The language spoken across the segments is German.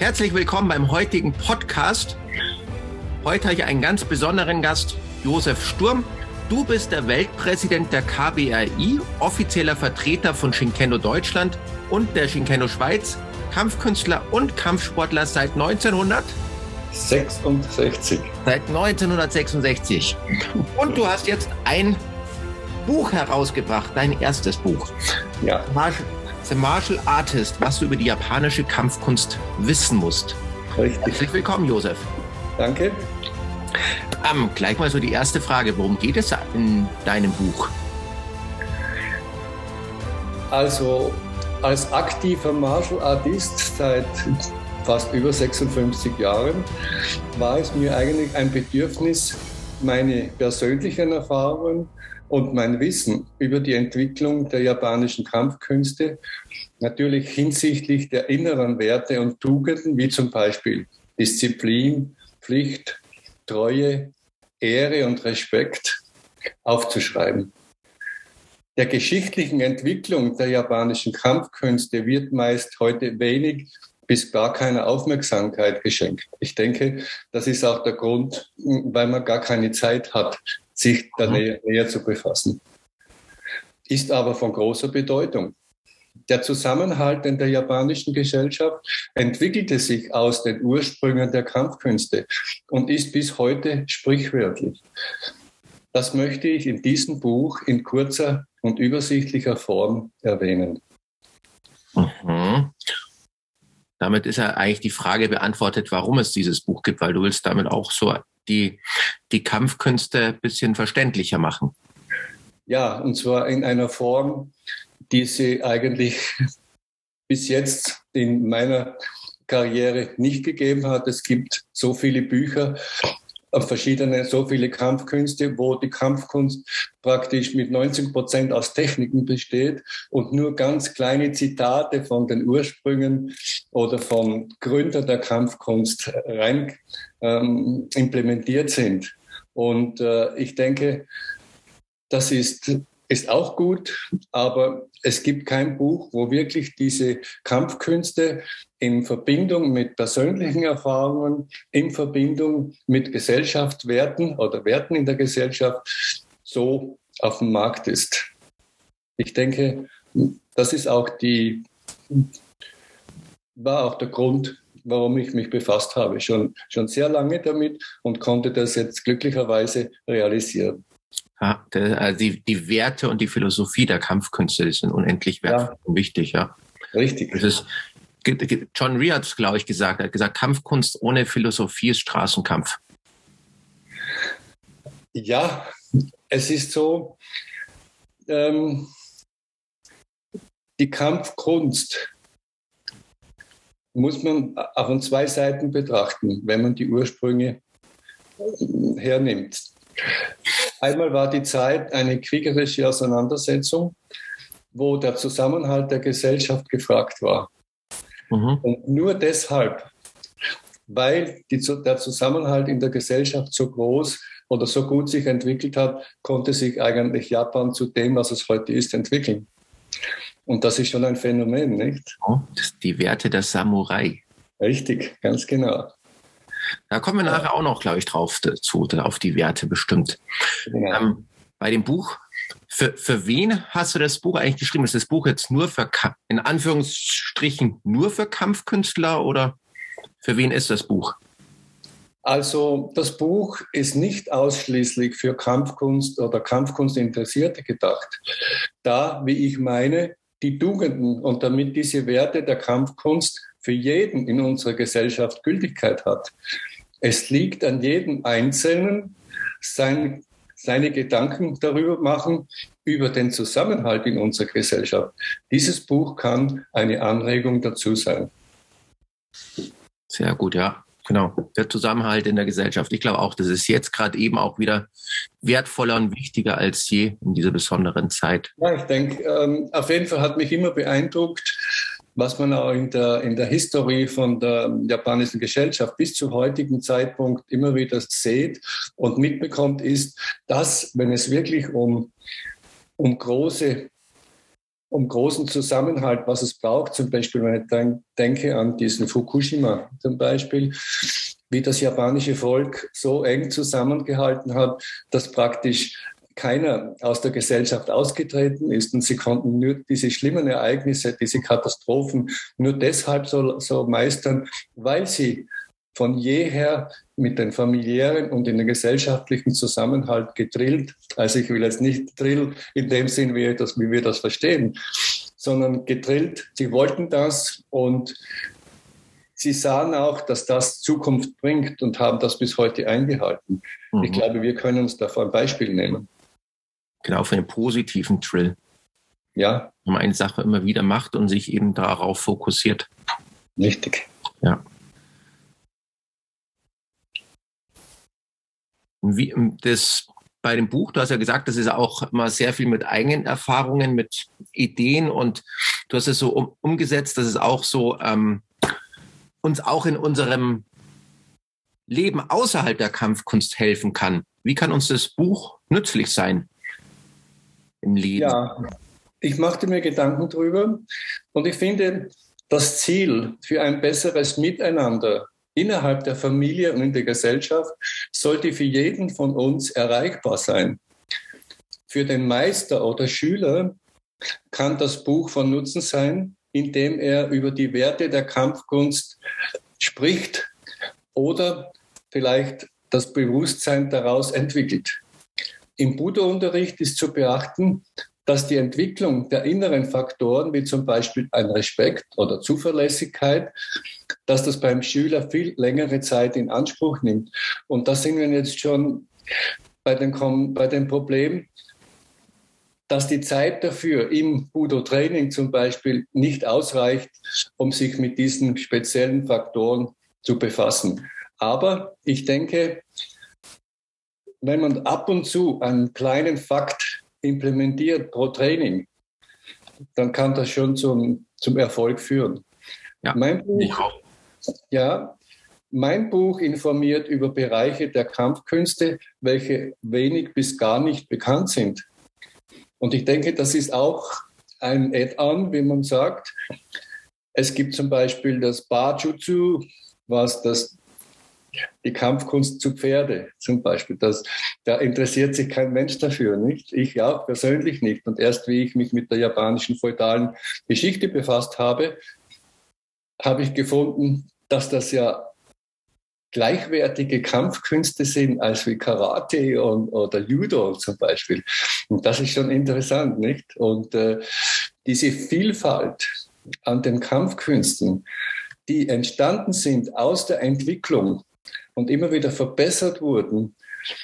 Herzlich willkommen beim heutigen Podcast. Heute habe ich einen ganz besonderen Gast, Josef Sturm. Du bist der Weltpräsident der KBRI, offizieller Vertreter von Shinken-No Deutschland und der Shinken-No Schweiz, Kampfkünstler und Kampfsportler seit 1966. Seit 1966. Und du hast jetzt ein Buch herausgebracht, dein erstes Buch. Ja. The Martial Artist, was du über die japanische Kampfkunst wissen musst. Richtig. Herzlich willkommen, Josef. Danke. Gleich mal so die erste Frage. Worum geht es in deinem Buch? Also, als aktiver Martial Artist seit fast über 56 Jahren war es mir eigentlich ein Bedürfnis, meine persönlichen Erfahrungen und mein Wissen über die Entwicklung der japanischen Kampfkünste, natürlich hinsichtlich der inneren Werte und Tugenden, wie zum Beispiel Disziplin, Pflicht, Treue, Ehre und Respekt, aufzuschreiben. Der geschichtlichen Entwicklung der japanischen Kampfkünste wird meist heute wenig bis gar keine Aufmerksamkeit geschenkt. Ich denke, das ist auch der Grund, weil man gar keine Zeit hat, sich da näher zu befassen. Ist aber von großer Bedeutung. Der Zusammenhalt in der japanischen Gesellschaft entwickelte sich aus den Ursprüngen der Kampfkünste und ist bis heute sprichwörtlich. Das möchte ich in diesem Buch in kurzer und übersichtlicher Form erwähnen. Mhm. Damit ist ja eigentlich die Frage beantwortet, warum es dieses Buch gibt, weil du willst damit auch so die Kampfkünste ein bisschen verständlicher machen. Ja, und zwar in einer Form, die sie eigentlich bis jetzt in meiner Karriere nicht gegeben hat. Es gibt so viele Bücher, so viele Kampfkünste, wo die Kampfkunst praktisch mit 90% aus Techniken besteht und nur ganz kleine Zitate von den Ursprüngen oder vom Gründer der Kampfkunst rein implementiert sind. Und ich denke, das ist auch gut, aber es gibt kein Buch, wo wirklich diese Kampfkünste in Verbindung mit persönlichen Erfahrungen, in Verbindung mit Gesellschaftswerten oder Werten in der Gesellschaft so auf dem Markt ist. Ich denke, das ist war auch der Grund, warum ich mich befasst habe. Schon sehr lange damit und konnte das jetzt glücklicherweise realisieren. Ja, also die Werte und die Philosophie der Kampfkünste, die sind unendlich wertvoll und wichtig, ja. Richtig. John Rhee hat es, glaube ich, gesagt. Er hat gesagt, Kampfkunst ohne Philosophie ist Straßenkampf. Ja, es ist so, die Kampfkunst muss man von zwei Seiten betrachten, wenn man die Ursprünge hernimmt. Einmal war die Zeit eine kriegerische Auseinandersetzung, wo der Zusammenhalt der Gesellschaft gefragt war. Mhm. Und nur deshalb, weil der Zusammenhalt in der Gesellschaft so groß oder so gut sich entwickelt hat, konnte sich eigentlich Japan zu dem, was es heute ist, entwickeln. Und das ist schon ein Phänomen, nicht? Das sind die Werte der Samurai. Richtig, ganz genau. Da kommen wir nachher auch noch, glaube ich, drauf auf die Werte bestimmt. Genau. Bei dem Buch, für wen hast du das Buch eigentlich geschrieben? Ist das Buch jetzt nur in Anführungsstrichen nur für Kampfkünstler oder für wen ist das Buch? Also das Buch ist nicht ausschließlich für Kampfkunst oder Kampfkunstinteressierte gedacht. Da, wie ich meine, die Tugenden und damit diese Werte der Kampfkunst für jeden in unserer Gesellschaft Gültigkeit hat. Es liegt an jedem Einzelnen, seine Gedanken darüber machen, über den Zusammenhalt in unserer Gesellschaft. Dieses Buch kann eine Anregung dazu sein. Sehr gut, ja. Genau, der Zusammenhalt in der Gesellschaft. Ich glaube auch, das ist jetzt gerade eben auch wieder wertvoller und wichtiger als je in dieser besonderen Zeit. Ja, ich denke, auf jeden Fall hat mich immer beeindruckt, was man auch in der Historie von der japanischen Gesellschaft bis zum heutigen Zeitpunkt immer wieder sieht und mitbekommt, ist, dass, wenn es wirklich um große um großen Zusammenhalt, was es braucht. Zum Beispiel, wenn ich denke an diesen Fukushima zum Beispiel, wie das japanische Volk so eng zusammengehalten hat, dass praktisch keiner aus der Gesellschaft ausgetreten ist und sie konnten nur diese schlimmen Ereignisse, diese Katastrophen nur deshalb so meistern, weil sie von jeher mit den familiären und in den gesellschaftlichen Zusammenhalt gedrillt, also ich will jetzt nicht Drill in dem Sinn, wie wir das verstehen, sondern gedrillt, sie wollten das und sie sahen auch, dass das Zukunft bringt und haben das bis heute eingehalten. Mhm. Ich glaube, wir können uns davon ein Beispiel nehmen. Genau, für einen positiven Drill. Ja. Wenn man eine Sache immer wieder macht und sich eben darauf fokussiert. Richtig. Ja. Wie das bei dem Buch, du hast ja gesagt, das ist auch immer sehr viel mit eigenen Erfahrungen, mit Ideen und du hast es so umgesetzt, dass es auch so uns auch in unserem Leben außerhalb der Kampfkunst helfen kann. Wie kann uns das Buch nützlich sein im Leben? Ja, ich machte mir Gedanken drüber und ich finde, das Ziel für ein besseres Miteinander innerhalb der Familie und in der Gesellschaft sollte für jeden von uns erreichbar sein. Für den Meister oder Schüler kann das Buch von Nutzen sein, indem er über die Werte der Kampfkunst spricht oder vielleicht das Bewusstsein daraus entwickelt. Im Budo-Unterricht ist zu beachten, dass die Entwicklung der inneren Faktoren, wie zum Beispiel ein Respekt oder Zuverlässigkeit, dass das beim Schüler viel längere Zeit in Anspruch nimmt. Und da sind wir jetzt schon bei dem Problem, dass die Zeit dafür im Budo-Training zum Beispiel nicht ausreicht, um sich mit diesen speziellen Faktoren zu befassen. Aber ich denke, wenn man ab und zu einen kleinen Fakt implementiert pro Training, dann kann das schon zum Erfolg führen. Ja, mein Buch informiert über Bereiche der Kampfkünste, welche wenig bis gar nicht bekannt sind. Und ich denke, das ist auch ein Add-on, wie man sagt. Es gibt zum Beispiel das Ba-Jutsu, die Kampfkunst zu Pferde zum Beispiel. Da interessiert sich kein Mensch dafür, nicht? Ich auch persönlich nicht. Und erst wie ich mich mit der japanischen feudalen Geschichte befasst habe, habe ich gefunden, dass das ja gleichwertige Kampfkünste sind als wie Karate oder Judo zum Beispiel. Und das ist schon interessant, nicht? Und diese Vielfalt an den Kampfkünsten, die entstanden sind aus der Entwicklung und immer wieder verbessert wurden,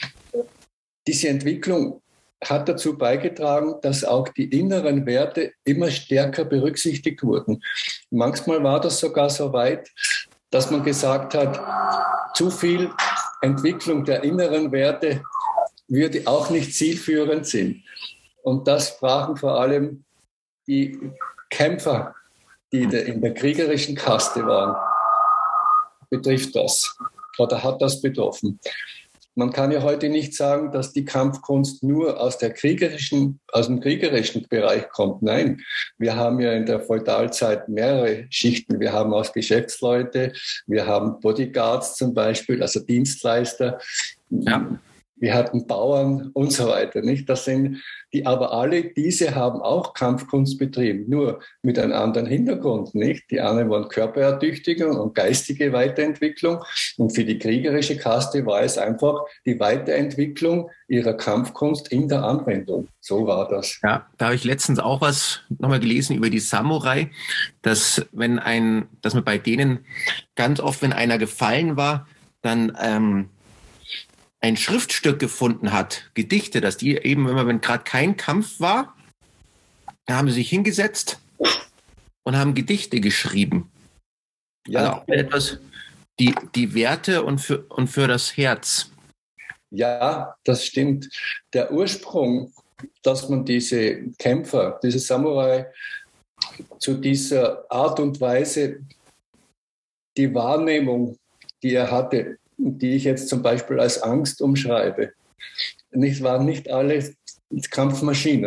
diese Entwicklung hat dazu beigetragen, dass auch die inneren Werte immer stärker berücksichtigt wurden. Manchmal war das sogar so weit, dass man gesagt hat, zu viel Entwicklung der inneren Werte würde auch nicht zielführend sein. Und das sprachen vor allem die Kämpfer, die in der kriegerischen Kaste waren. Betrifft das oder hat das betroffen? Man kann ja heute nicht sagen, dass die Kampfkunst nur aus dem kriegerischen Bereich kommt. Nein, wir haben ja in der Feudalzeit mehrere Schichten. Wir haben auch Geschäftsleute, wir haben Bodyguards zum Beispiel, also Dienstleister. Ja. Wir hatten Bauern und so weiter, nicht? Das sind aber alle diese haben auch Kampfkunst betrieben, nur mit einem anderen Hintergrund, nicht? Die anderen waren Körperertüchtigung und geistige Weiterentwicklung und für die kriegerische Kaste war es einfach die Weiterentwicklung ihrer Kampfkunst in der Anwendung. So war das. Ja, da habe ich letztens auch was nochmal gelesen über die Samurai, dass man bei denen ganz oft, wenn einer gefallen war, dann ein Schriftstück gefunden hat, Gedichte, dass die eben, wenn gerade kein Kampf war, da haben sie sich hingesetzt und haben Gedichte geschrieben. Ja. Also auch etwas, die Werte und für das Herz. Ja, das stimmt. Der Ursprung, dass man diese Kämpfer, diese Samurai zu dieser Art und Weise die Wahrnehmung, die er hatte, die ich jetzt zum Beispiel als Angst umschreibe. Waren nicht alle Kampfmaschinen.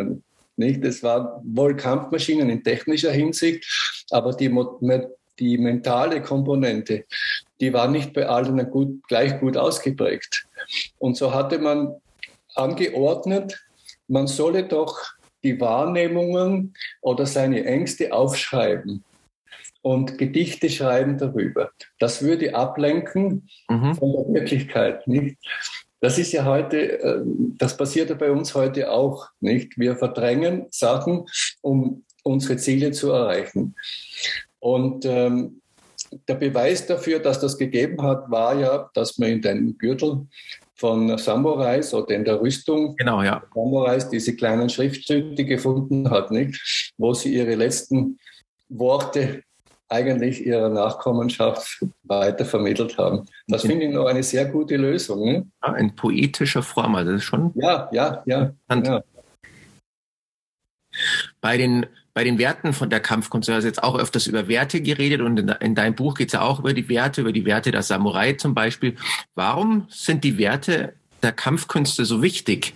Nicht? Es waren wohl Kampfmaschinen in technischer Hinsicht, aber die mentale Komponente, die war nicht bei allen gleich gut ausgeprägt. Und so hatte man angeordnet, man solle doch die Wahrnehmungen oder seine Ängste aufschreiben und Gedichte schreiben darüber. Das würde ablenken von der Wirklichkeit, nicht? Das ist ja heute, das passiert ja bei uns heute auch, nicht? Wir verdrängen Sachen, um unsere Ziele zu erreichen. Und der Beweis dafür, dass das gegeben hat, war ja, dass man in den Gürtel von Samurais oder in der Rüstung Samurais diese kleinen Schriftzüge gefunden hat, nicht? Wo sie ihre letzten Worte eigentlich ihrer Nachkommenschaft weiter vermittelt haben. Das finde ich noch eine sehr gute Lösung. Ne? Ja, in poetischer Form, also das ist schon... Ja. Bei den Werten von der Kampfkunst, du hast jetzt auch öfters über Werte geredet und in deinem Buch geht es ja auch über die Werte der Samurai zum Beispiel. Warum sind die Werte der Kampfkünste so wichtig?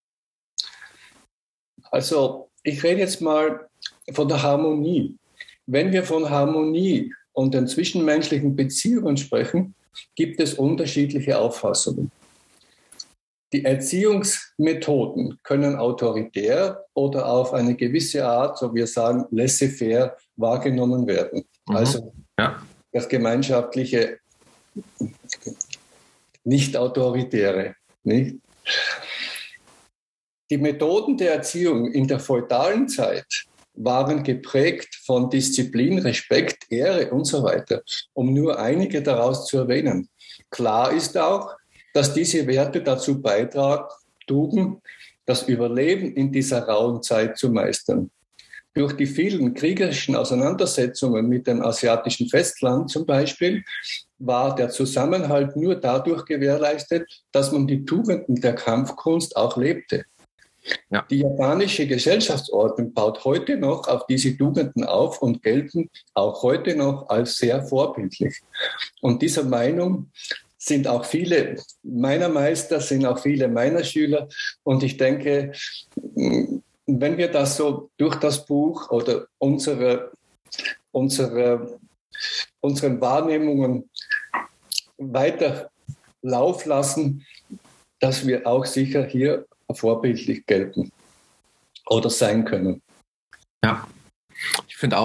Also ich rede jetzt mal von der Harmonie. Wenn wir von Harmonie und den zwischenmenschlichen Beziehungen sprechen, gibt es unterschiedliche Auffassungen. Die Erziehungsmethoden können autoritär oder auf eine gewisse Art, so wir sagen, laissez-faire wahrgenommen werden. Also das gemeinschaftliche, nicht-autoritäre. Nicht? Die Methoden der Erziehung in der feudalen Zeit waren geprägt von Disziplin, Respekt, Ehre und so weiter, um nur einige daraus zu erwähnen. Klar ist auch, dass diese Werte dazu trugen, das Überleben in dieser rauen Zeit zu meistern. Durch die vielen kriegerischen Auseinandersetzungen mit dem asiatischen Festland zum Beispiel war der Zusammenhalt nur dadurch gewährleistet, dass man die Tugenden der Kampfkunst auch lebte. Ja. Die japanische Gesellschaftsordnung baut heute noch auf diese Tugenden auf und gelten auch heute noch als sehr vorbildlich. Und dieser Meinung sind auch viele meiner Meister, sind auch viele meiner Schüler. Und ich denke, wenn wir das so durch das Buch oder unseren Wahrnehmungen weiter Lauf lassen, dass wir auch sicher hier vorbildlich gelten oder sein können. Ja, ich finde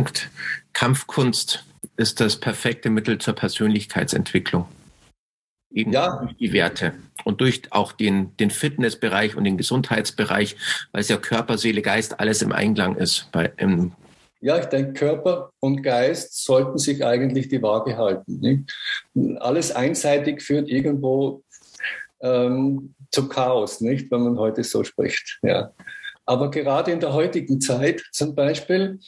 Kampfkunst ist das perfekte Mittel zur Persönlichkeitsentwicklung. Eben durch die Werte und durch auch den Fitnessbereich und den Gesundheitsbereich, weil es ja Körper, Seele, Geist alles im Einklang ist. Ja, ich denke, Körper und Geist sollten sich eigentlich die Waage halten. Nicht? Alles einseitig führt irgendwo zum Chaos, nicht, wenn man heute so spricht. Ja. Aber gerade in der heutigen Zeit zum Beispiel,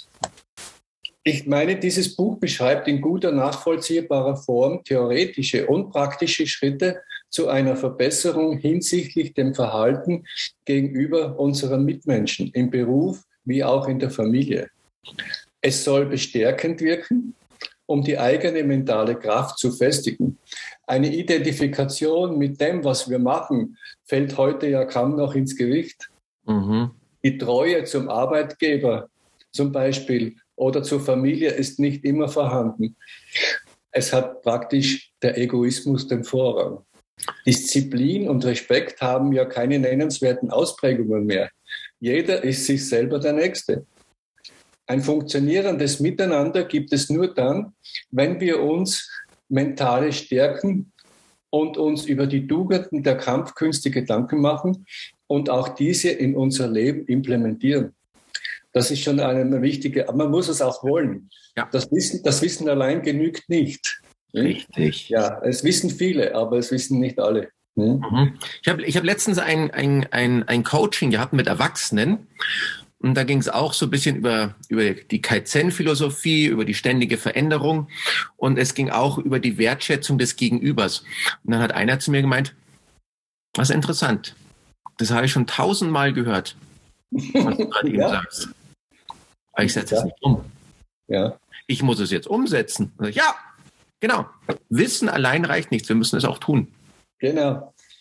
ich meine, dieses Buch beschreibt in guter, nachvollziehbarer Form theoretische und praktische Schritte zu einer Verbesserung hinsichtlich dem Verhalten gegenüber unseren Mitmenschen, im Beruf wie auch in der Familie. Es soll bestärkend wirken, um die eigene mentale Kraft zu festigen. Eine Identifikation mit dem, was wir machen, fällt heute ja kaum noch ins Gewicht. Die Treue zum Arbeitgeber zum Beispiel oder zur Familie ist nicht immer vorhanden. Es hat praktisch der Egoismus den Vorrang. Disziplin und Respekt haben ja keine nennenswerten Ausprägungen mehr. Jeder ist sich selber der Nächste. Ein funktionierendes Miteinander gibt es nur dann, wenn wir uns mentale stärken und uns über die Tugenden der Kampfkünste Gedanken machen und auch diese in unser Leben implementieren. Das ist schon eine wichtige, aber man muss es auch wollen. Ja. Das Wissen allein genügt nicht. Richtig. Ja, es wissen viele, aber es wissen nicht alle. Ich hab letztens ein Coaching gehabt mit Erwachsenen. Und da ging es auch so ein bisschen über die Kaizen-Philosophie, über die ständige Veränderung. Und es ging auch über die Wertschätzung des Gegenübers. Und dann hat einer zu mir gemeint, das ist interessant. Das habe ich schon 1000-mal gehört, was du gerade eben sagst. Aber ich setze es nicht um. Ja. Ich muss es jetzt umsetzen. Ja, genau. Wissen allein reicht nichts. Wir müssen es auch tun. Genau.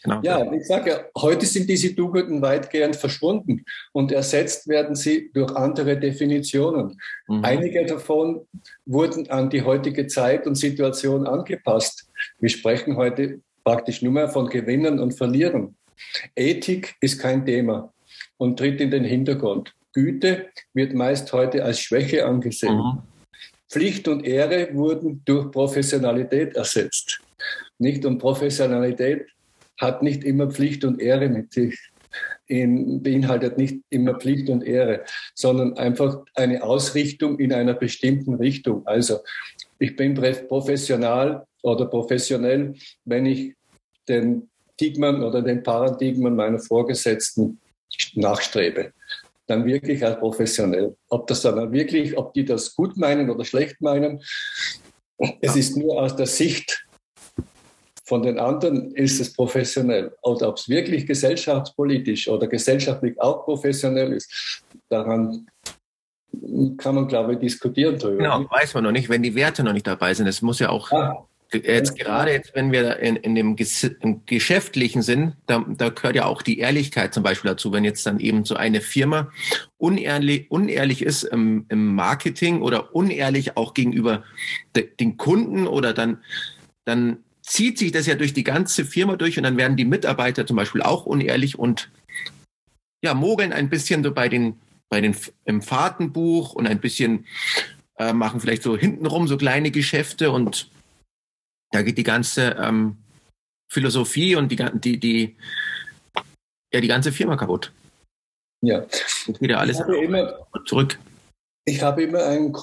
Genau. Ja, ich sage ja, heute sind diese Tugenden weitgehend verschwunden und ersetzt werden sie durch andere Definitionen. Einige davon wurden an die heutige Zeit und Situation angepasst. Wir sprechen heute praktisch nur mehr von Gewinnen und Verlieren. Ethik ist kein Thema und tritt in den Hintergrund. Güte wird meist heute als Schwäche angesehen. Pflicht und Ehre wurden durch Professionalität ersetzt. Nicht? Und Professionalität hat nicht immer Pflicht und Ehre mit sich, beinhaltet nicht immer Pflicht und Ehre, sondern einfach eine Ausrichtung in einer bestimmten Richtung. Also ich bin professional oder professionell, wenn ich den Stigmen oder den Paradigmen meiner Vorgesetzten nachstrebe. Dann wirklich als professionell. Ob die das gut meinen oder schlecht meinen, es ist nur aus der Sicht von den anderen ist es professionell. Oder ob es wirklich gesellschaftspolitisch oder gesellschaftlich auch professionell ist, daran kann man, glaube ich, diskutieren drüber. Genau, weiß man noch nicht, wenn die Werte noch nicht dabei sind. Es muss ja auch, gerade jetzt, wenn wir in dem im Geschäftlichen sind, da gehört ja auch die Ehrlichkeit zum Beispiel dazu. Wenn jetzt dann eben so eine Firma unehrlich ist im Marketing oder unehrlich auch gegenüber den Kunden oder dann zieht sich das ja durch die ganze Firma durch und dann werden die Mitarbeiter zum Beispiel auch unehrlich und ja, mogeln ein bisschen so im Fahrtenbuch und ein bisschen machen vielleicht so hintenrum so kleine Geschäfte und da geht die ganze Philosophie und die ganze Firma kaputt. Ja. Und wieder alles zurück. Ich habe immer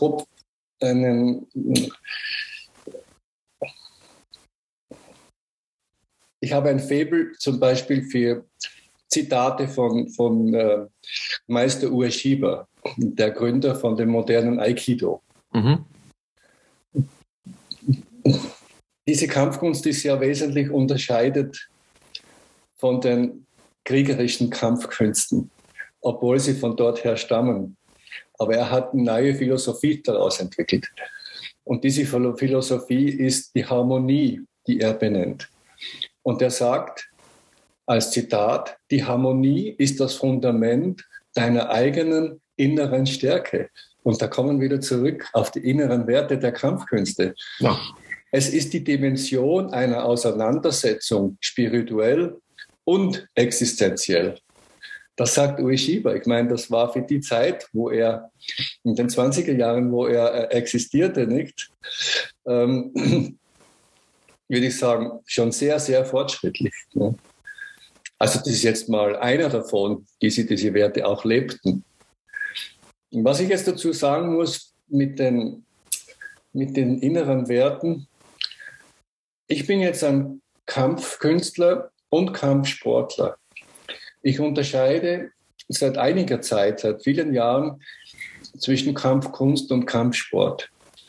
ich habe ein Faible zum Beispiel für Zitate von Meister Ueshiba, der Gründer von dem modernen Aikido. Diese Kampfkunst ist ja wesentlich unterscheidet von den kriegerischen Kampfkünsten, obwohl sie von dort her stammen. Aber er hat eine neue Philosophie daraus entwickelt. Und diese Philosophie ist die Harmonie, die er benennt. Und er sagt als Zitat, die Harmonie ist das Fundament deiner eigenen inneren Stärke. Und da kommen wir wieder zurück auf die inneren Werte der Kampfkünste. Ja. Es ist die Dimension einer Auseinandersetzung spirituell und existenziell. Das sagt Ueshiba. Ich meine, das war für die Zeit, wo er in den 20er Jahren, wo er existierte, nicht? Würde ich sagen, schon sehr, sehr fortschrittlich. Ne? Also das ist jetzt mal einer davon, die diese Werte auch lebten. Und was ich jetzt dazu sagen muss mit den inneren Werten, ich bin jetzt ein Kampfkünstler und Kampfsportler. Ich unterscheide seit einiger Zeit, seit vielen Jahren, zwischen Kampfkunst und Kampfsport.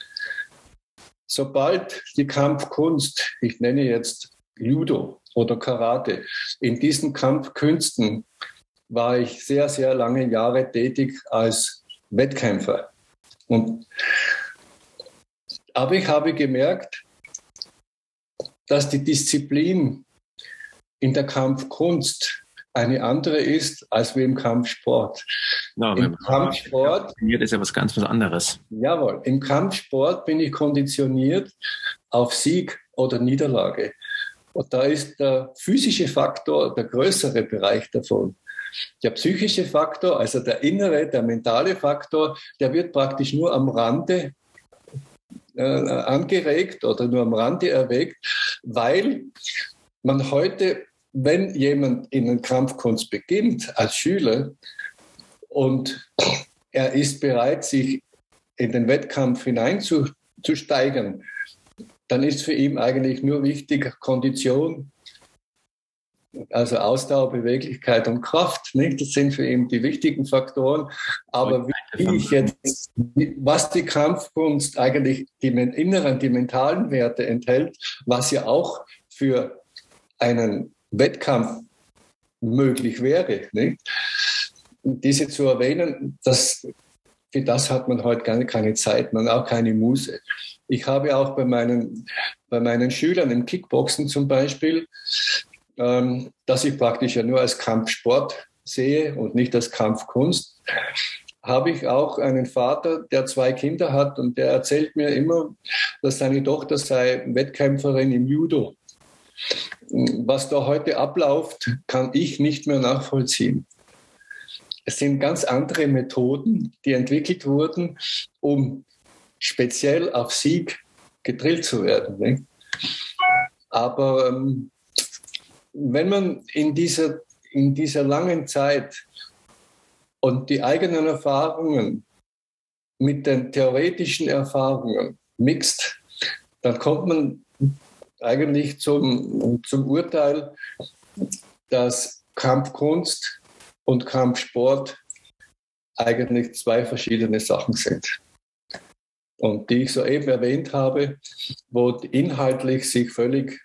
Sobald die Kampfkunst, ich nenne jetzt Judo oder Karate, in diesen Kampfkünsten war ich sehr, sehr lange Jahre tätig als Wettkämpfer. Aber ich habe gemerkt, dass die Disziplin in der Kampfkunst eine andere ist als wie im Kampfsport. No, im Kampfsport ist ja was ganz anderes. Jawohl, im Kampfsport bin ich konditioniert auf Sieg oder Niederlage. Und da ist der physische Faktor der größere Bereich davon. Der psychische Faktor, also der innere, der mentale Faktor, der wird praktisch nur am Rande angeregt oder nur am Rande erweckt, weil man heute, wenn jemand in den Kampfkunst beginnt als Schüler und er ist bereit, sich in den Wettkampf hineinzusteigern, dann ist für ihn eigentlich nur wichtig Kondition, also Ausdauer, Beweglichkeit und Kraft. Nicht? Das sind für ihn die wichtigen Faktoren. Aber was die Kampfkunst eigentlich die inneren, die mentalen Werte enthält, was ja auch für einen Wettkampf möglich wäre, nicht? Diese zu erwähnen, für das hat man heute keine Zeit, man auch keine Muße. Ich habe auch bei meinen Schülern im Kickboxen zum Beispiel das ich praktisch ja nur als Kampfsport sehe und nicht als Kampfkunst, habe ich auch einen Vater, der 2 Kinder hat und der erzählt mir immer, dass seine Tochter sei Wettkämpferin im Judo. Was da heute abläuft, kann ich nicht mehr nachvollziehen. Es sind ganz andere Methoden, die entwickelt wurden, um speziell auf Sieg gedrillt zu werden. Ne? Aber wenn man in dieser langen Zeit und die eigenen Erfahrungen mit den theoretischen Erfahrungen mixt, dann kommt man eigentlich zum Urteil, dass Kampfkunst und Kampfsport eigentlich 2 verschiedene Sachen sind. Und die ich soeben erwähnt habe, wo inhaltlich sich völlig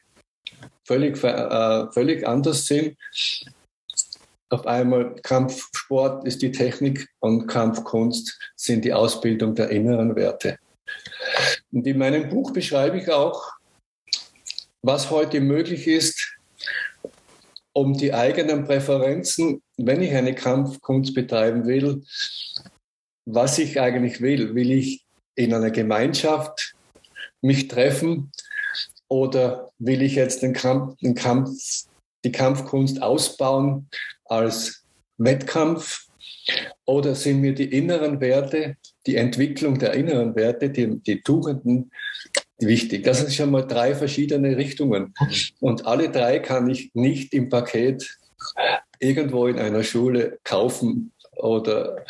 anders sind. Auf einmal Kampfsport ist die Technik und Kampfkunst sind die Ausbildung der inneren Werte. Und in meinem Buch beschreibe ich auch, was heute möglich ist, um die eigenen Präferenzen, wenn ich eine Kampfkunst betreiben will, was ich eigentlich will. Will ich in einer Gemeinschaft mich treffen oder will ich jetzt die Kampfkunst ausbauen als Wettkampf? Oder sind mir die inneren Werte, die Entwicklung der inneren Werte, die Tugenden wichtig? Das sind schon mal 3 verschiedene Richtungen. Und alle 3 kann ich nicht im Paket irgendwo in einer Schule kaufen oder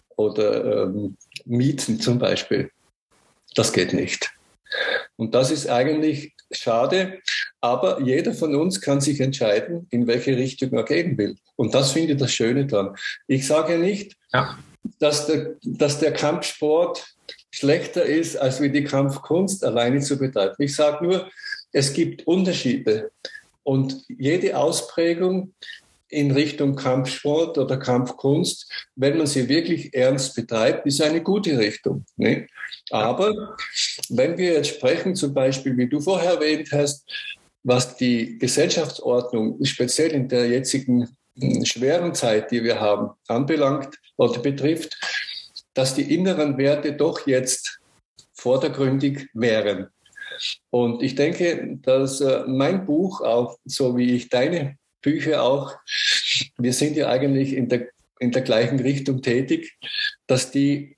mieten zum Beispiel. Das geht nicht. Und das ist eigentlich schade, aber jeder von uns kann sich entscheiden, in welche Richtung er gehen will. Und das finde ich das Schöne dran. Ich sage nicht, dass der Kampfsport schlechter ist, als wie die Kampfkunst alleine zu betreiben. Ich sage nur, es gibt Unterschiede. Und jede Ausprägung in Richtung Kampfsport oder Kampfkunst, wenn man sie wirklich ernst betreibt, ist eine gute Richtung. Ne? Aber wenn wir jetzt sprechen, zum Beispiel, wie du vorher erwähnt hast, was die Gesellschaftsordnung speziell in der jetzigen schweren Zeit, die wir haben, anbelangt oder betrifft, dass die inneren Werte doch jetzt vordergründig wären. Und ich denke, dass mein Buch auch, so wie ich deine Bücher auch, wir sind ja eigentlich in der gleichen Richtung tätig, dass diesen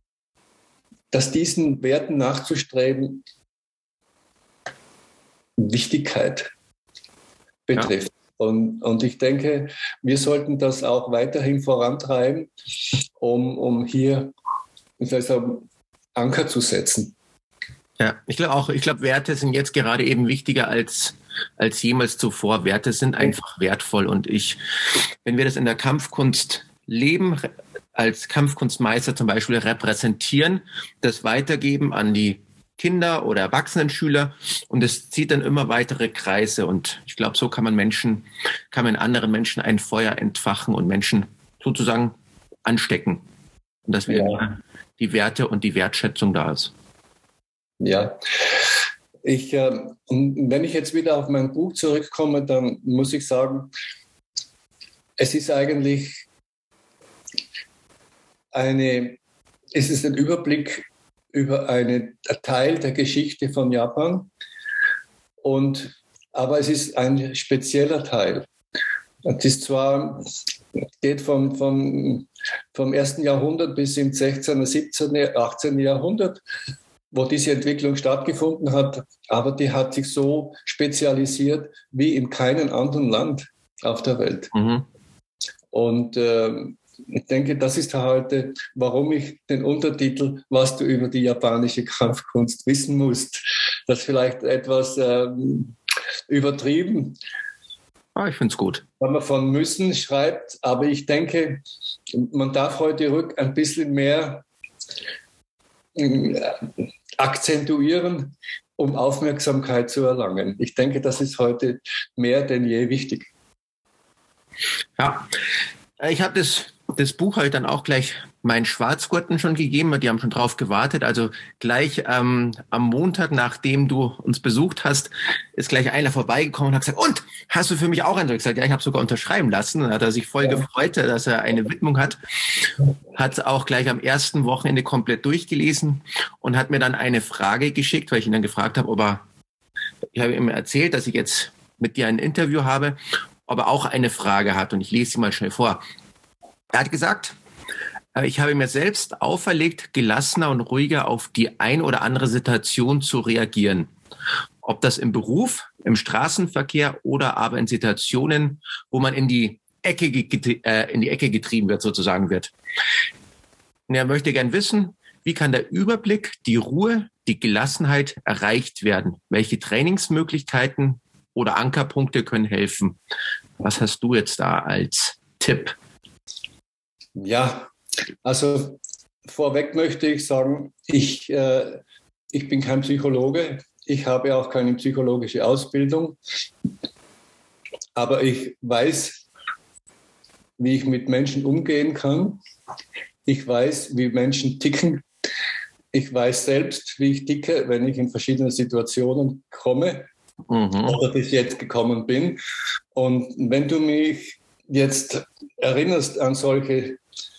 Werten nachzustreben Wichtigkeit betrifft. Ja. Und ich denke, wir sollten das auch weiterhin vorantreiben, um hier Anker zu setzen. Ja, ich glaube, Werte sind jetzt gerade eben wichtiger als jemals zuvor. Werte sind einfach wertvoll. Und wenn wir das in der Kampfkunst leben, als Kampfkunstmeister zum Beispiel repräsentieren, das weitergeben an die Kinder oder Erwachsenenschüler und es zieht dann immer weitere Kreise. Und ich glaube, so kann man anderen Menschen ein Feuer entfachen und Menschen sozusagen anstecken. Und dass wieder die Werte und die Wertschätzung da ist. Ja, wenn ich jetzt wieder auf mein Buch zurückkomme, dann muss ich sagen, es ist eigentlich ein Überblick über einen Teil der Geschichte von Japan, aber es ist ein spezieller Teil. Es ist zwar, geht vom 1. Jahrhundert bis ins 16., 17., 18. Jahrhundert, wo diese Entwicklung stattgefunden hat, aber die hat sich so spezialisiert wie in keinem anderen Land auf der Welt. Mhm. Und ich denke, das ist heute, warum ich den Untertitel, was du über die japanische Kampfkunst wissen musst, das vielleicht etwas übertrieben. Ich finde es gut. Wenn man von müssen schreibt, aber ich denke, man darf heute ein bisschen mehr akzentuieren, um Aufmerksamkeit zu erlangen. Ich denke, das ist heute mehr denn je wichtig. Ja, ich habe das Buch halt dann auch gleich meinen Schwarzgurten schon gegeben, die haben schon drauf gewartet. Also gleich am Montag, nachdem du uns besucht hast, ist gleich einer vorbeigekommen und hat gesagt, und, hast du für mich auch einen? Ich gesagt, ja, ich habe sogar unterschreiben lassen. Dann hat er sich voll gefreut, dass er eine Widmung hat. Hat es auch gleich am ersten Wochenende komplett durchgelesen und hat mir dann eine Frage geschickt, weil ich ihn dann gefragt habe, ich habe ihm erzählt, dass ich jetzt mit dir ein Interview habe, ob er auch eine Frage hat. Und ich lese sie mal schnell vor. Er hat gesagt, ich habe mir selbst auferlegt, gelassener und ruhiger auf die ein oder andere Situation zu reagieren. Ob das im Beruf, im Straßenverkehr oder aber in Situationen, wo man in die Ecke getrieben wird, sozusagen wird. Und er möchte gern wissen, wie kann der Überblick, die Ruhe, die Gelassenheit erreicht werden? Welche Trainingsmöglichkeiten oder Ankerpunkte können helfen? Was hast du jetzt da als Tipp? Ja, also vorweg möchte ich sagen, ich bin kein Psychologe, ich habe auch keine psychologische Ausbildung, aber ich weiß, wie ich mit Menschen umgehen kann. Ich weiß, wie Menschen ticken. Ich weiß selbst, wie ich ticke, wenn ich in verschiedene Situationen komme oder bis jetzt gekommen bin. Und wenn du mich jetzt erinnerst an solche,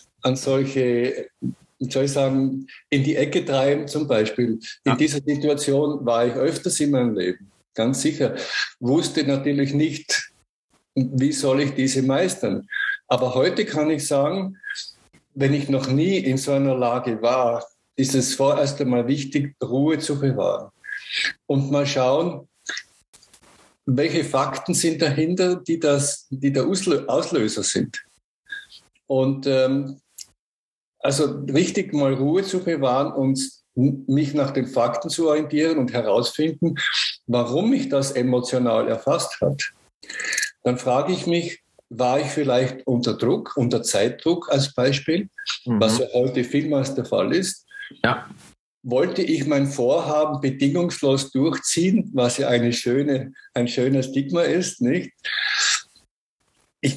wie soll ich sagen, in die Ecke treiben zum Beispiel. In dieser Situation war ich öfters in meinem Leben, ganz sicher. Wusste natürlich nicht, wie soll ich diese meistern. Aber heute kann ich sagen, wenn ich noch nie in so einer Lage war, ist es vorerst einmal wichtig, Ruhe zu bewahren. Und mal schauen, welche Fakten sind dahinter, die der Auslöser sind. Und also richtig mal Ruhe zu bewahren und mich nach den Fakten zu orientieren und herausfinden, warum mich das emotional erfasst hat. Dann frage ich mich, war ich vielleicht unter Druck, unter Zeitdruck als Beispiel, was ja heute vielmals der Fall ist. Ja. Wollte ich mein Vorhaben bedingungslos durchziehen, was ja ein schöner Stigma ist, nicht? Ich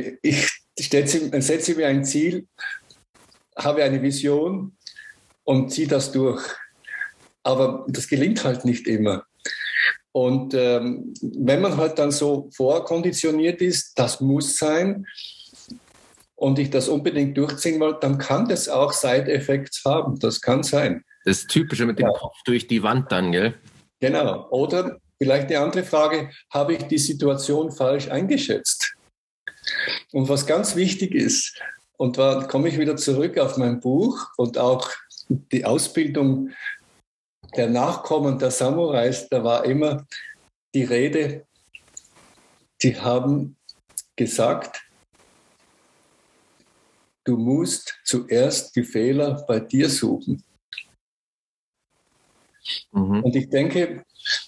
setze mir ein Ziel, habe eine Vision und ziehe das durch. Aber das gelingt halt nicht immer. Und wenn man halt dann so vorkonditioniert ist, das muss sein und ich das unbedingt durchziehen will, dann kann das auch Side-Effects haben. Das kann sein. Das Typische mit dem Kopf durch die Wand dann, gell? Genau. Oder vielleicht eine andere Frage, habe ich die Situation falsch eingeschätzt? Und was ganz wichtig ist, und da komme ich wieder zurück auf mein Buch und auch die Ausbildung der Nachkommen der Samurais, da war immer die Rede, sie haben gesagt, du musst zuerst die Fehler bei dir suchen. Und ich denke,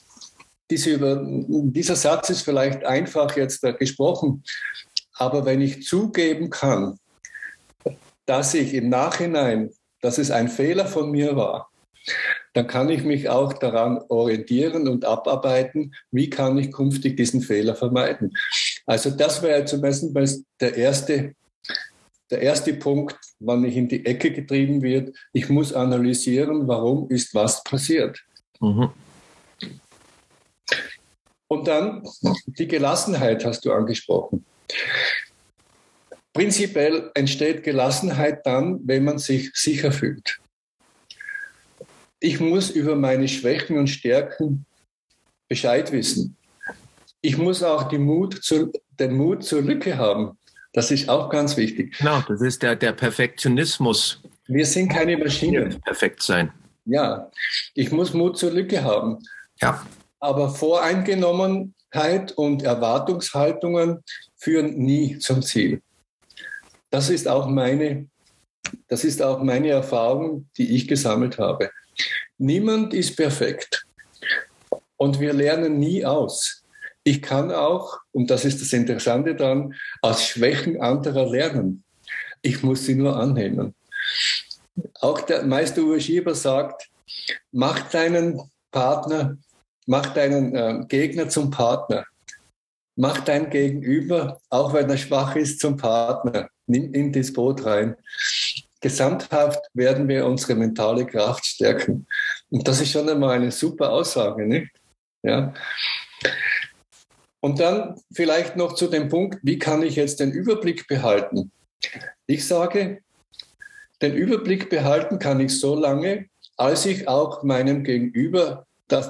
dieser Satz ist vielleicht einfach jetzt gesprochen, aber wenn ich zugeben kann, dass ich im Nachhinein, dass es ein Fehler von mir war, dann kann ich mich auch daran orientieren und abarbeiten, wie kann ich künftig diesen Fehler vermeiden. Also das wäre zum Beispiel der erste Punkt, wann ich in die Ecke getrieben wird. Ich muss analysieren, warum ist was passiert. Und dann die Gelassenheit hast du angesprochen. Prinzipiell entsteht Gelassenheit dann, wenn man sich sicher fühlt. Ich muss über meine Schwächen und Stärken Bescheid wissen. Ich muss auch den Mut zur Lücke haben. Das ist auch ganz wichtig. Genau, das ist der Perfektionismus. Wir sind keine Maschinen. Perfekt sein. Ja, ich muss Mut zur Lücke haben. Ja. Aber Voreingenommenheit und Erwartungshaltungen führen nie zum Ziel. Das ist auch meine Erfahrung, die ich gesammelt habe. Niemand ist perfekt und wir lernen nie aus. Ich kann auch, und das ist das Interessante dann, aus Schwächen anderer lernen. Ich muss sie nur annehmen. Auch der Meister Ueshiba sagt, mach deinen Gegner zum Partner. Mach dein Gegenüber, auch wenn er schwach ist, zum Partner. Nimm ihn ins Boot rein. gesamthaft werden wir unsere mentale Kraft stärken. Und das ist schon einmal eine super Aussage, nicht? Ja. Und dann vielleicht noch zu dem Punkt, wie kann ich jetzt den Überblick behalten? Ich sage, den Überblick behalten kann ich so lange, als ich auch meinem Gegenüber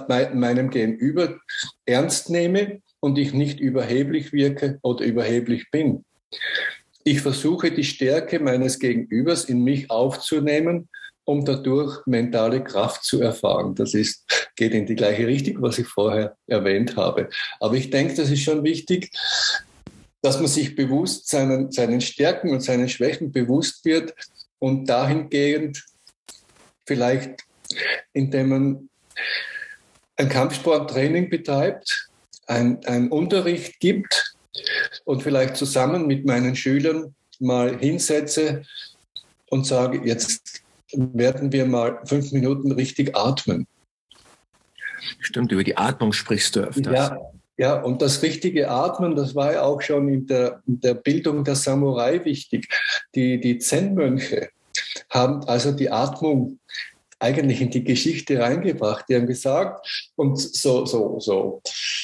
ernst nehme und ich nicht überheblich wirke oder überheblich bin. Ich versuche, die Stärke meines Gegenübers in mich aufzunehmen, um dadurch mentale Kraft zu erfahren. Geht in die gleiche Richtung, was ich vorher erwähnt habe. Aber ich denke, das ist schon wichtig, dass man sich bewusst seinen Stärken und seinen Schwächen bewusst wird und dahingehend vielleicht, indem man ein Kampfsporttraining betreibt, einen Unterricht gibt und vielleicht zusammen mit meinen Schülern mal hinsetze und sage, jetzt werden wir mal 5 Minuten richtig atmen. Stimmt, über die Atmung sprichst du öfters. Ja, und das richtige Atmen, das war ja auch schon in der Bildung der Samurai wichtig. Die Zen-Mönche haben also die Atmung eigentlich in die Geschichte reingebracht. Die haben gesagt, und so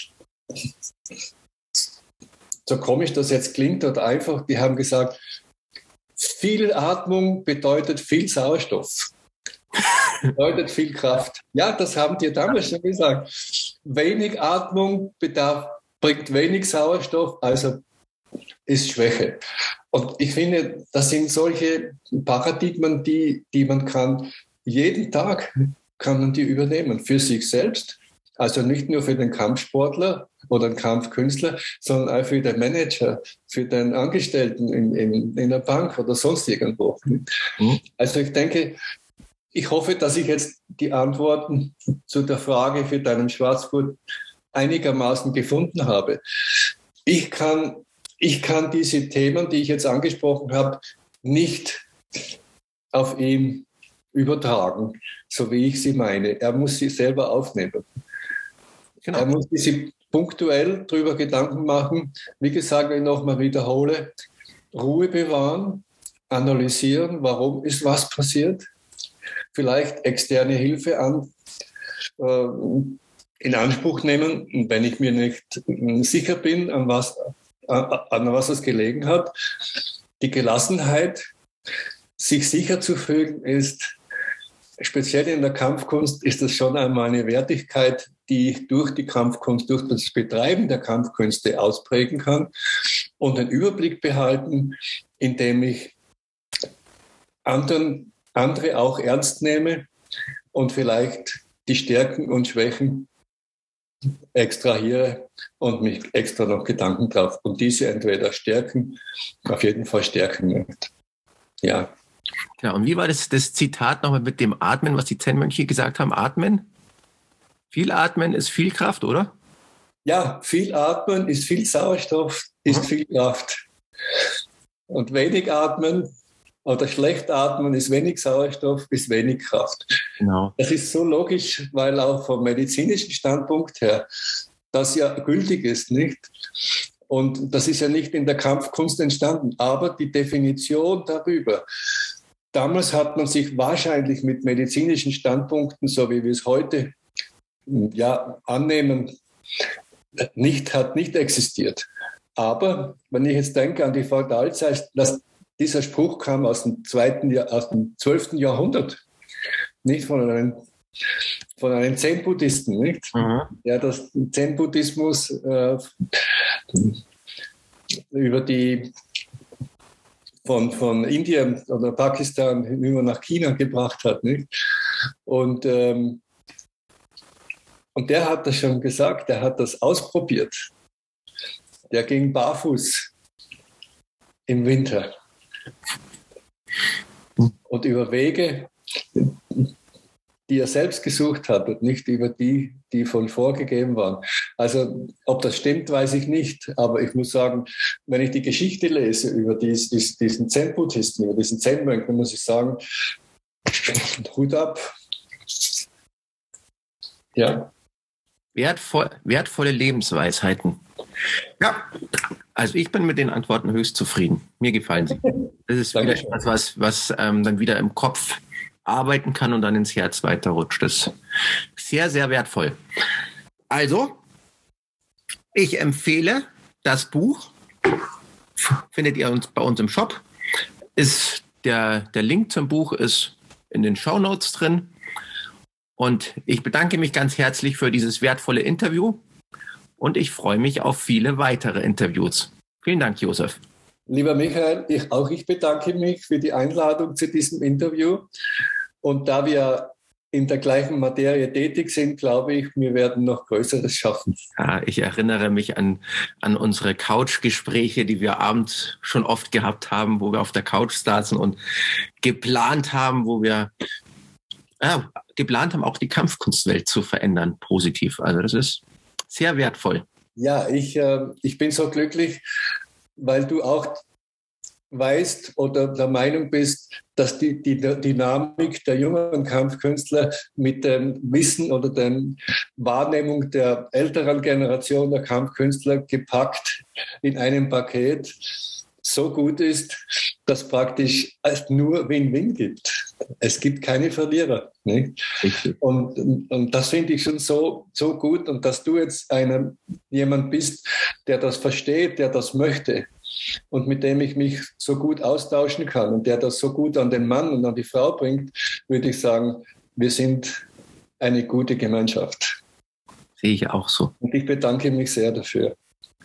komisch das jetzt klingt oder einfach, die haben gesagt, viel Atmung bedeutet viel Sauerstoff. Bedeutet viel Kraft. Ja, das haben die damals schon gesagt. Wenig Atmung bringt wenig Sauerstoff, also ist Schwäche. Und ich finde, das sind solche Paradigmen, die man kann, jeden Tag kann man die übernehmen. Für sich selbst, also nicht nur für den Kampfsportler oder den Kampfkünstler, sondern auch für den Manager, für den Angestellten in der Bank oder sonst irgendwo. Also ich denke, ich hoffe, dass ich jetzt die Antworten zu der Frage für deinen Schwarzgurt einigermaßen gefunden habe. Ich kann diese Themen, die ich jetzt angesprochen habe, nicht auf ihn übertragen, so wie ich sie meine. Er muss sie selber aufnehmen. Genau. Er muss sich punktuell darüber Gedanken machen. Wie gesagt, wenn ich nochmal wiederhole, Ruhe bewahren, analysieren, warum ist was passiert, vielleicht externe Hilfe in Anspruch nehmen, wenn ich mir nicht sicher bin, an was es gelegen hat. Die Gelassenheit, sich sicher zu fühlen, ist speziell in der Kampfkunst ist das schon einmal eine Wertigkeit, die ich durch die Kampfkunst, durch das Betreiben der Kampfkünste ausprägen kann und den Überblick behalten, indem ich andere auch ernst nehme und vielleicht die Stärken und Schwächen extrahiere und mich extra noch Gedanken drauf und diese entweder stärken, auf jeden Fall stärken möchte. Ja. Genau. Und wie war das Zitat nochmal mit dem Atmen, was die Zen-Mönche gesagt haben? Atmen? Viel Atmen ist viel Kraft, oder? Ja, viel Atmen ist viel Sauerstoff, ist viel Kraft. Und wenig Atmen oder schlecht atmen ist wenig Sauerstoff, ist wenig Kraft. Genau. Das ist so logisch, weil auch vom medizinischen Standpunkt her das ja gültig ist, nicht? Und das ist ja nicht in der Kampfkunst entstanden, aber die Definition darüber. Damals hat man sich wahrscheinlich mit medizinischen Standpunkten, so wie wir es heute annehmen, hat nicht existiert. Aber wenn ich jetzt denke an die Feudalzeit, dieser Spruch kam aus dem 12. Jahrhundert, nicht von einem Zen-Buddhisten, nicht? Der das Zen-Buddhismus von Indien oder Pakistan über nach China gebracht hat, nicht? Und der hat das schon gesagt, der hat das ausprobiert. Der ging barfuß im Winter und über Wege, die er selbst gesucht hat und nicht über die von vorgegeben waren. Also ob das stimmt, weiß ich nicht. Aber ich muss sagen, wenn ich die Geschichte lese über diesen Zen-Buddhisten, über diesen Zen-Mönch, dann muss ich sagen, Hut ab. Ja. Wertvolle Lebensweisheiten. Ja, also ich bin mit den Antworten höchst zufrieden. Mir gefallen sie. Das ist wieder etwas, was dann wieder im Kopf arbeiten kann und dann ins Herz weiterrutscht. Das ist sehr, sehr wertvoll. Also, ich empfehle das Buch. Findet ihr bei uns im Shop. Der Link zum Buch ist in den Shownotes drin. Und ich bedanke mich ganz herzlich für dieses wertvolle Interview. Und ich freue mich auf viele weitere Interviews. Vielen Dank, Josef. Lieber Michael, ich bedanke mich für die Einladung zu diesem Interview. Und da wir in der gleichen Materie tätig sind, glaube ich, wir werden noch Größeres schaffen. Ja, ich erinnere mich an unsere Couchgespräche, die wir abends schon oft gehabt haben, wo wir auf der Couch saßen und geplant haben, auch die Kampfkunstwelt zu verändern, positiv. Also das ist sehr wertvoll. Ja, ich bin so glücklich, weil du auch weißt oder der Meinung bist, dass die Dynamik der jüngeren Kampfkünstler mit dem Wissen oder der Wahrnehmung der älteren Generation der Kampfkünstler gepackt in einem Paket so gut ist, dass praktisch es nur Win-Win gibt. Es gibt keine Verlierer. Nicht? Und das finde ich schon so gut. Und dass du jetzt jemand bist, der das versteht, der das möchte und mit dem ich mich so gut austauschen kann und der das so gut an den Mann und an die Frau bringt, würde ich sagen, wir sind eine gute Gemeinschaft. Sehe ich auch so. Und ich bedanke mich sehr dafür.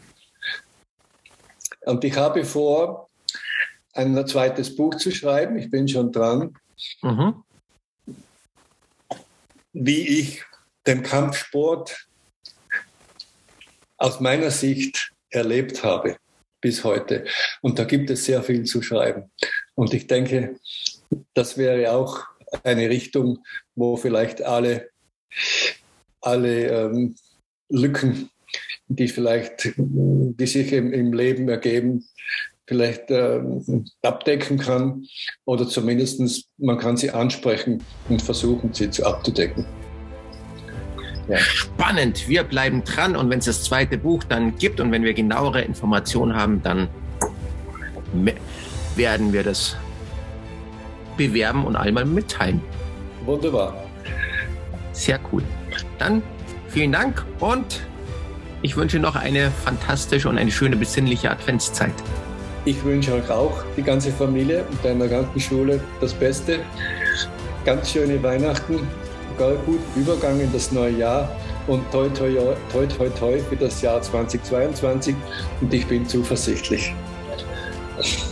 Und ich habe vor, ein zweites Buch zu schreiben. Ich bin schon dran. Wie ich den Kampfsport aus meiner Sicht erlebt habe bis heute. Und da gibt es sehr viel zu schreiben. Und ich denke, das wäre auch eine Richtung, wo vielleicht alle Lücken, die sich im Leben ergeben, vielleicht abdecken kann. Oder zumindest man kann sie ansprechen und versuchen, sie abzudecken. Ja. Spannend, wir bleiben dran und wenn es das zweite Buch dann gibt und wenn wir genauere Informationen haben, dann werden wir das bewerben und einmal mitteilen. Wunderbar. Sehr cool. Dann vielen Dank und ich wünsche noch eine fantastische und eine schöne besinnliche Adventszeit. Ich wünsche euch auch, die ganze Familie und deiner ganzen Schule, das Beste. Ganz schöne Weihnachten. Guten Übergang in das neue Jahr und toi, toi, toi, toi, toi für das Jahr 2022 und ich bin zuversichtlich.